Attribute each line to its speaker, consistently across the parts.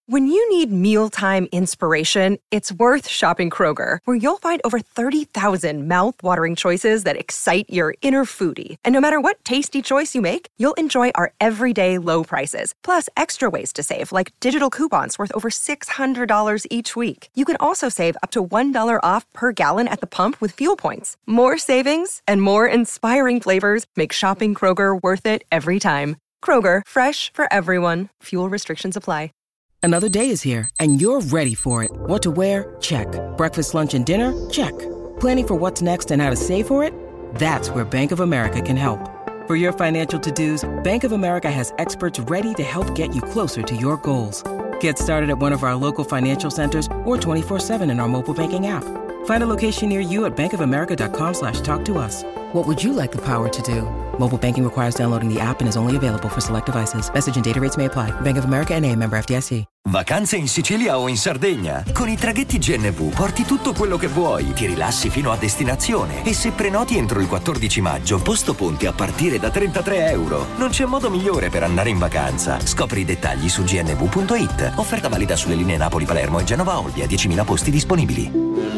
Speaker 1: When you need mealtime inspiration, it's worth shopping Kroger, where you'll find over 30,000 mouth-watering choices that excite your inner foodie. And no matter what tasty choice you make, you'll enjoy our everyday low prices, plus extra ways to save, like digital coupons worth over $600 each week. You can also save up to $1 off per gallon at the pump with fuel points. More savings and more inspiring flavors make shopping Kroger worth it every time. Kroger, fresh for everyone. Fuel restrictions apply.
Speaker 2: Another day is here, and you're ready for it. What to wear? Check. Breakfast, lunch, and dinner? Check. Planning for what's next and how to save for it? That's where Bank of America can help. For your financial to-dos, Bank of America has experts ready to help get you closer to your goals. Get started at one of our local financial centers or 24/7 in our mobile banking app. Find a location near you at bankofamerica.com/talktous. What would you like the power to do? Mobile banking requires downloading the app and is only available for select devices. Message and data rates may apply. Bank of America N.A., member FDIC.
Speaker 3: Vacanze in Sicilia o in Sardegna? Con i traghetti GNV porti tutto quello che vuoi, ti rilassi fino a destinazione e se prenoti entro il 14 maggio, posto ponti a partire da €33. Non c'è modo migliore per andare in vacanza. Scopri i dettagli su gnv.it. Offerta valida sulle linee Napoli-Palermo e Genova-Olbia, 10.000 posti disponibili.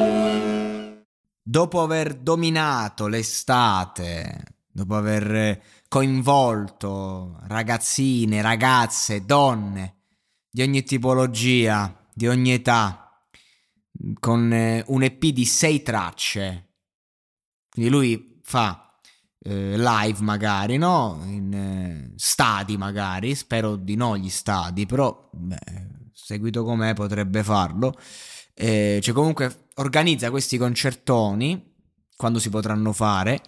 Speaker 4: Dopo aver dominato l'estate, dopo aver coinvolto ragazzine, ragazze, donne di ogni tipologia, di ogni età, con un EP di 6 tracce, quindi lui fa live magari, no? In stadi magari, spero di no gli stadi, però seguito com'è potrebbe farlo. Cioè comunque organizza questi concertoni quando si potranno fare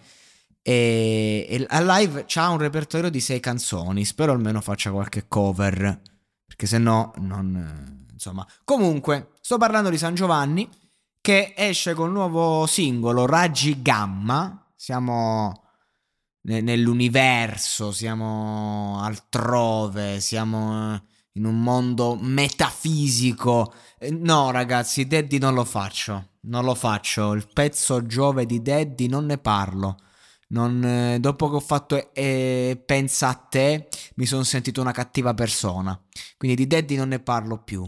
Speaker 4: e a live c'ha un repertorio di 6 canzoni. Spero almeno faccia qualche cover, perché se no non insomma. Comunque sto parlando di San Giovanni, che esce con un nuovo singolo, Raggi Gamma. Siamo nell'universo, siamo altrove, siamo in un mondo metafisico. No ragazzi, Daddy non lo faccio, il pezzo Giove di Daddy non ne parlo. Dopo che ho fatto Pensa a te mi sono sentito una cattiva persona, quindi di Daddy non ne parlo più.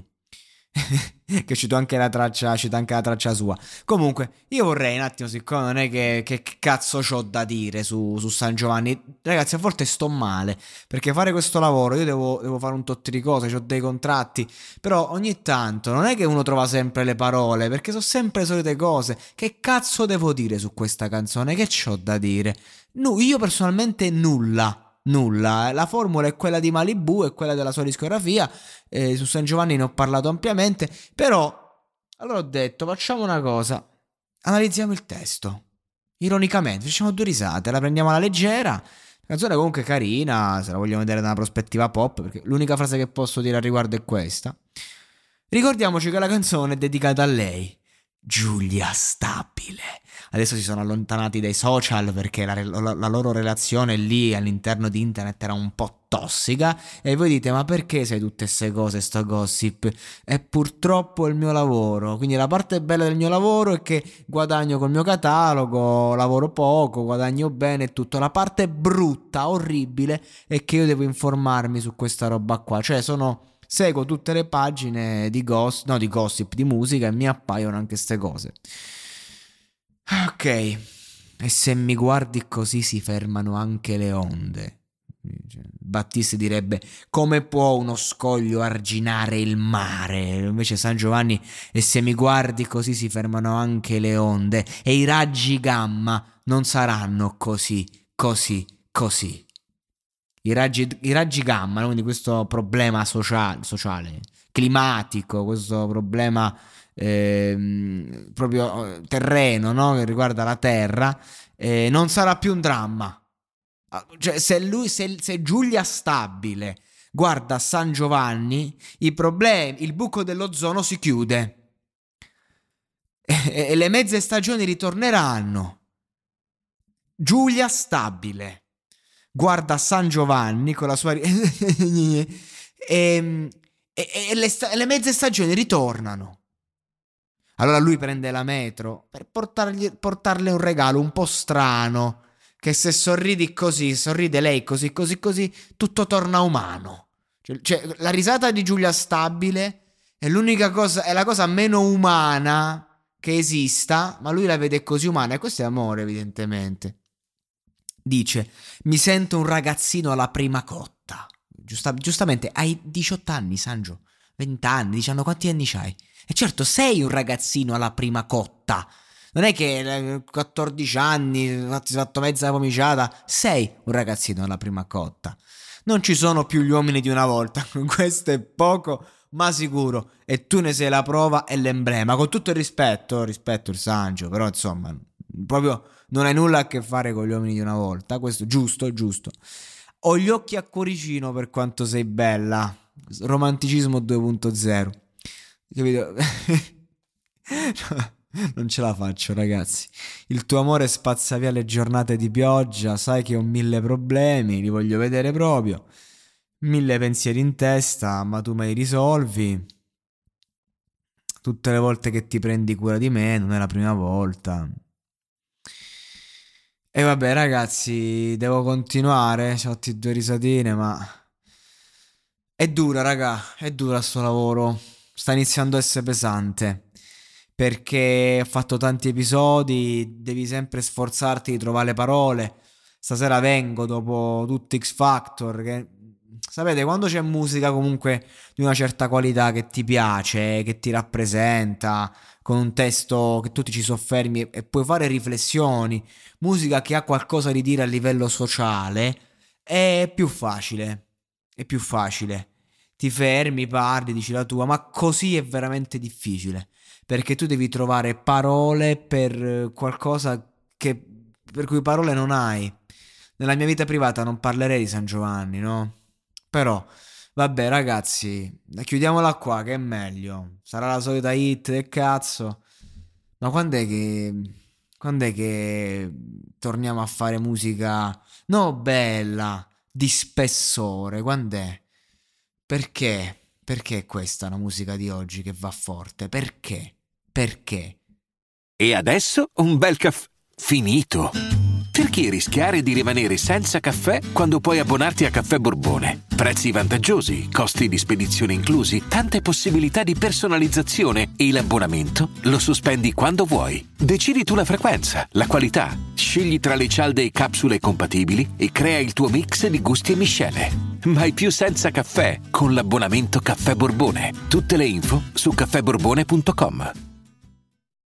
Speaker 4: Che cito anche la traccia sua. Comunque io vorrei un attimo, siccome non è che cazzo c'ho da dire su San Giovanni, ragazzi, a volte sto male, perché fare questo lavoro io devo fare un tot di cose, ho dei contratti, però ogni tanto non è che uno trova sempre le parole, perché sono sempre le solite cose. Che cazzo devo dire su questa canzone? Che c'ho da dire? Io personalmente nulla. La formula è quella di Malibu, è quella della sua discografia. Su San Giovanni ne ho parlato ampiamente, però allora ho detto facciamo una cosa, analizziamo il testo ironicamente, facciamo 2 risate, la prendiamo alla leggera. La canzone comunque carina, se la vogliamo vedere da una prospettiva pop, perché l'unica frase che posso dire al riguardo è questa: ricordiamoci che la canzone è dedicata a lei, Giulia Stabile. Adesso si sono allontanati dai social perché la loro relazione lì all'interno di internet era un po' tossica, e voi dite ma perché sai tutte queste cose, sto gossip? È purtroppo il mio lavoro, quindi la parte bella del mio lavoro è che guadagno col mio catalogo, lavoro poco, guadagno bene e tutto. La parte brutta, orribile, è che io devo informarmi su questa roba qua, cioè seguo tutte le pagine di gossip, di musica, e mi appaiono anche ste cose. Ok, e se mi guardi così si fermano anche le onde. Battisti direbbe: come può uno scoglio arginare il mare? Invece San Giovanni: e se mi guardi così si fermano anche le onde, e i raggi gamma non saranno così. I raggi gamma, quindi questo problema sociale, climatico, questo problema proprio terreno, no? Che riguarda la terra, non sarà più un dramma. Cioè, se Giulia Stabile guarda San Giovanni, i problemi, il buco dell'ozono si chiude e le mezze stagioni ritorneranno. Giulia Stabile guarda San Giovanni con la sua e le mezze stagioni ritornano. Allora lui prende la metro per portarle un regalo un po' strano, che se sorride lei così, tutto torna umano. Cioè la risata di Giulia Stabile È l'unica cosa, è la cosa meno umana che esista, ma lui la vede così umana, e questo è amore, evidentemente. Dice: mi sento un ragazzino alla prima cotta. Giustamente, hai 18 anni, Sangio, 20 anni, 19, quanti anni c'hai? E certo, sei un ragazzino alla prima cotta. Non è che 14 anni, ti sei fatto mezza pomiciata, sei un ragazzino alla prima cotta. Non ci sono più gli uomini di una volta, questo è poco ma sicuro, e tu ne sei la prova e l'emblema, con tutto il rispetto il Sangio, però insomma, proprio non hai nulla a che fare con gli uomini di una volta, questo giusto. Ho gli occhi a cuoricino per quanto sei bella, romanticismo 2.0, capito? Non ce la faccio, ragazzi. Il tuo amore spazza via le giornate di pioggia, sai che ho 1000 problemi, li voglio vedere proprio. 1000 pensieri in testa, ma tu me li risolvi. Tutte le volte che ti prendi cura di me, non è la prima volta. E vabbè, ragazzi, devo continuare. C'ho 2 risatine, ma è dura, raga. È dura sto lavoro. Sta iniziando a essere pesante, perché ho fatto tanti episodi, devi sempre sforzarti di trovare le parole. Stasera vengo dopo tutto X Factor, che sapete, quando c'è musica comunque di una certa qualità che ti piace, che ti rappresenta, con un testo che tu ti ci soffermi e puoi fare riflessioni, musica che ha qualcosa di dire a livello sociale, è più facile. Ti fermi, parli, dici la tua, ma così è veramente difficile, perché tu devi trovare parole per qualcosa per cui parole non hai. Nella mia vita privata non parlerei di San Giovanni, no? Però, vabbè, ragazzi, chiudiamola qua, che è meglio. Sarà la solita hit del cazzo. Ma quando è che torniamo a fare musica, no, bella, di spessore? Quand'è? Perché? Perché è questa la musica di oggi che va forte? Perché?
Speaker 5: E adesso un bel caffè finito. Perché rischiare di rimanere senza caffè quando puoi abbonarti a Caffè Borbone? Prezzi vantaggiosi, costi di spedizione inclusi, tante possibilità di personalizzazione e l'abbonamento lo sospendi quando vuoi. Decidi tu la frequenza, la qualità, scegli tra le cialde e capsule compatibili e crea il tuo mix di gusti e miscele. Mai più senza caffè con l'abbonamento Caffè Borbone. Tutte le info su caffèborbone.com.